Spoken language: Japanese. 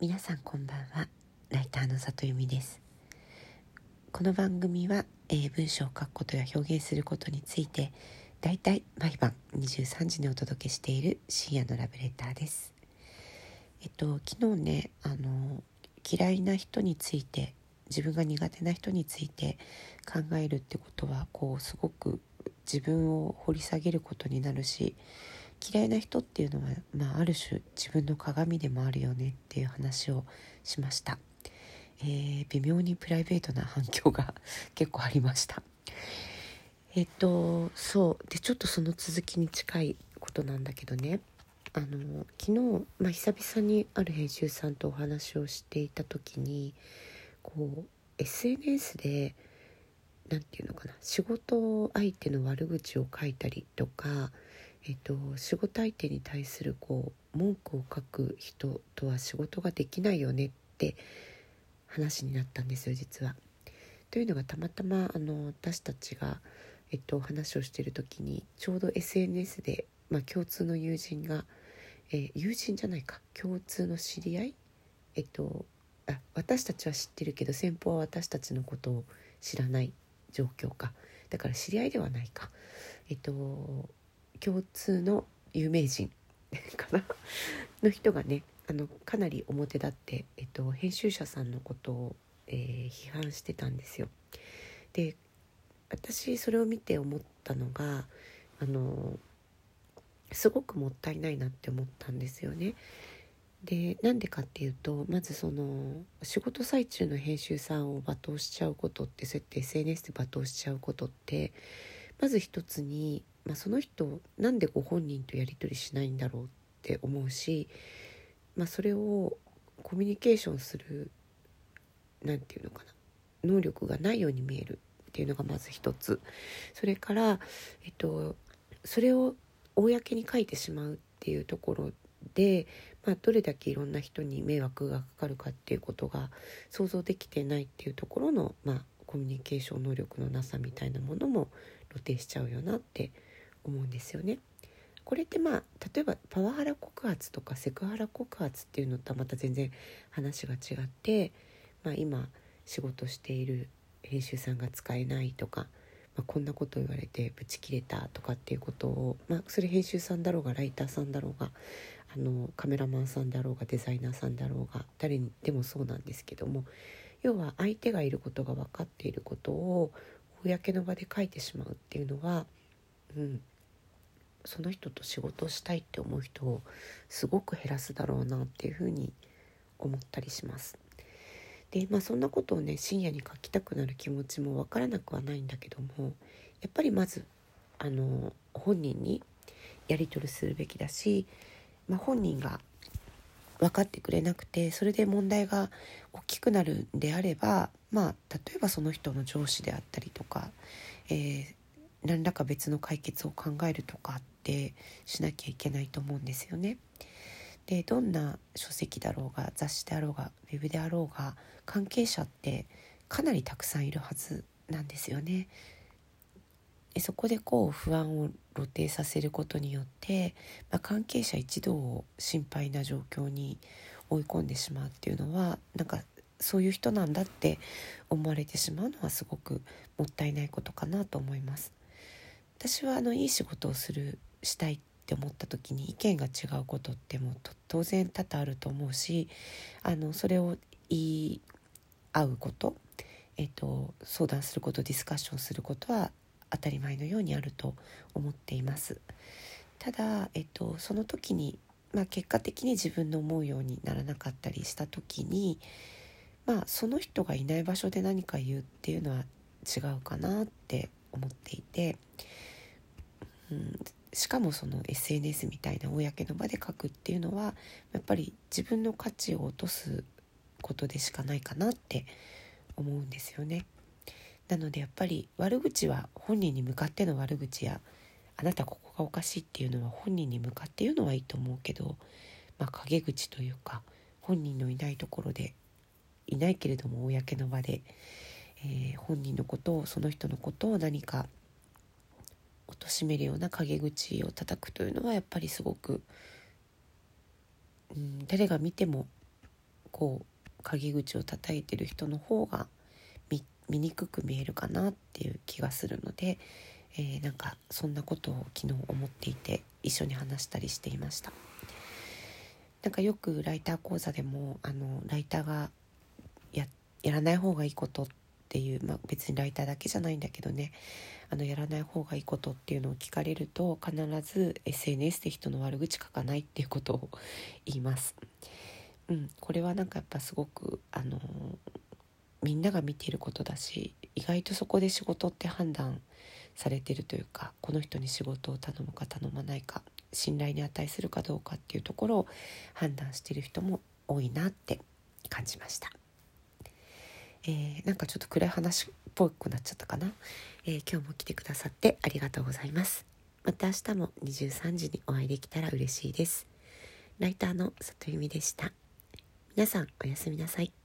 皆さんこんばんは。ライターの里由美です。この番組は、文章を書くことや表現することについてだいたい毎晩23時にお届けしている深夜のラブレターです。昨日ね、嫌いな人について、自分が苦手な人について考えるってことはすごく自分を掘り下げることになるし、嫌いな人っていうのは、ある種自分の鏡でもあるよねっていう話をしました。微妙にプライベートな反響が結構ありました。そうで、ちょっとその続きに近いことなんだけどね、昨日、久々にある編集さんとお話をしていた時に、SNS でなんていうのかな、仕事相手の悪口を書いたりとか、仕事相手に対する文句を書く人とは仕事ができないよねって話になったんですよ、実は。というのが、たまたま私たちが、話をしている時にちょうど SNS で、共通の友人が、友人じゃないか、共通の知り合い、私たちは知ってるけど先方は私たちのことを知らない状況か、だから知り合いではないか、共通の有名人かなの人がね、かなり表立って、編集者さんのことを、批判してたんですよ。で、私それを見て思ったのが、すごくもったいないなって思ったんですよね。で、なんでかっていうと、まず仕事最中の編集さんを罵倒しちゃうことって、そうやって SNS で罵倒しちゃうことって、まず一つに、その人なんでご本人とやり取りしないんだろうって思うし、それをコミュニケーションする、なんていうのかな、能力がないように見えるっていうのがまず一つ。それから、それを公に書いてしまうっていうところで、どれだけいろんな人に迷惑がかかるかっていうことが想像できてないっていうところの、コミュニケーション能力のなさみたいなものも露呈しちゃうよなって思うんですよね。これって例えばパワハラ告発とかセクハラ告発っていうのとはまた全然話が違って、今仕事している編集さんが使えないとか、こんなこと言われてブチ切れたとかっていうことを、それ編集さんだろうがライターさんだろうが、カメラマンさんだろうがデザイナーさんだろうが誰にでもそうなんですけども、要は相手がいることが分かっていることを公の場で書いてしまうっていうのは、その人と仕事をしたいって思う人をすごく減らすだろうなっていうふうに思ったりします。で、そんなことをね、深夜に書きたくなる気持ちもわからなくはないんだけども、やっぱりまず本人にやり取りするべきだし、本人が分かってくれなくてそれで問題が大きくなるんであれば、例えばその人の上司であったりとか、何らか別の解決を考えるとかってしなきゃいけないと思うんですよね。で、どんな書籍だろうが雑誌であろうがウェブであろうが、関係者ってかなりたくさんいるはずなんですよね。で、そこで不安を露呈させることによって、関係者一同を心配な状況に追い込んでしまうっていうのは、そういう人なんだって思われてしまうのはすごくもったいないことかなと思います。私はいい仕事をしたいって思った時に意見が違うことってもう当然多々あると思うし、それを言い合うこと、相談すること、ディスカッションすることは当たり前のようにあると思っています。ただ、その時に、結果的に自分の思うようにならなかったりした時に、その人がいない場所で何か言うっていうのは違うかなって思っていて、しかもその SNS みたいな公の場で書くっていうのはやっぱり自分の価値を落とすことでしかないかなって思うんですよね。なのでやっぱり悪口は本人に向かっての悪口や、あなたここがおかしいっていうのは本人に向かって言うのはいいと思うけど、陰口というか本人のいないところで、いないけれども公の場で、本人のことを、その人のことを何か貶めるような陰口を叩くというのはやっぱりすごく、誰が見ても方、陰口を叩いてる人の方が醜く見えるかなっていう気がするので、なんかそんなことを昨日思っていて一緒に話したりしていました。なんかよくライター講座でもライターがやらない方がいいことっていう、別にライターだけじゃないんだけどね、やらない方がいいことっていうのを聞かれると必ず SNS で人の悪口書かないっていうことを言います。これはなんかやっぱすごくみんなが見ていることだし、意外とそこで仕事って判断されてるというか、この人に仕事を頼むか頼まないか、信頼に値するかどうかっていうところを判断している人も多いなって感じました。なんかちょっと暗い話っぽくなっちゃったかな。今日も来てくださってありがとうございます。また明日も23時にお会いできたら嬉しいです。ライターの里由美でした。皆さんおやすみなさい。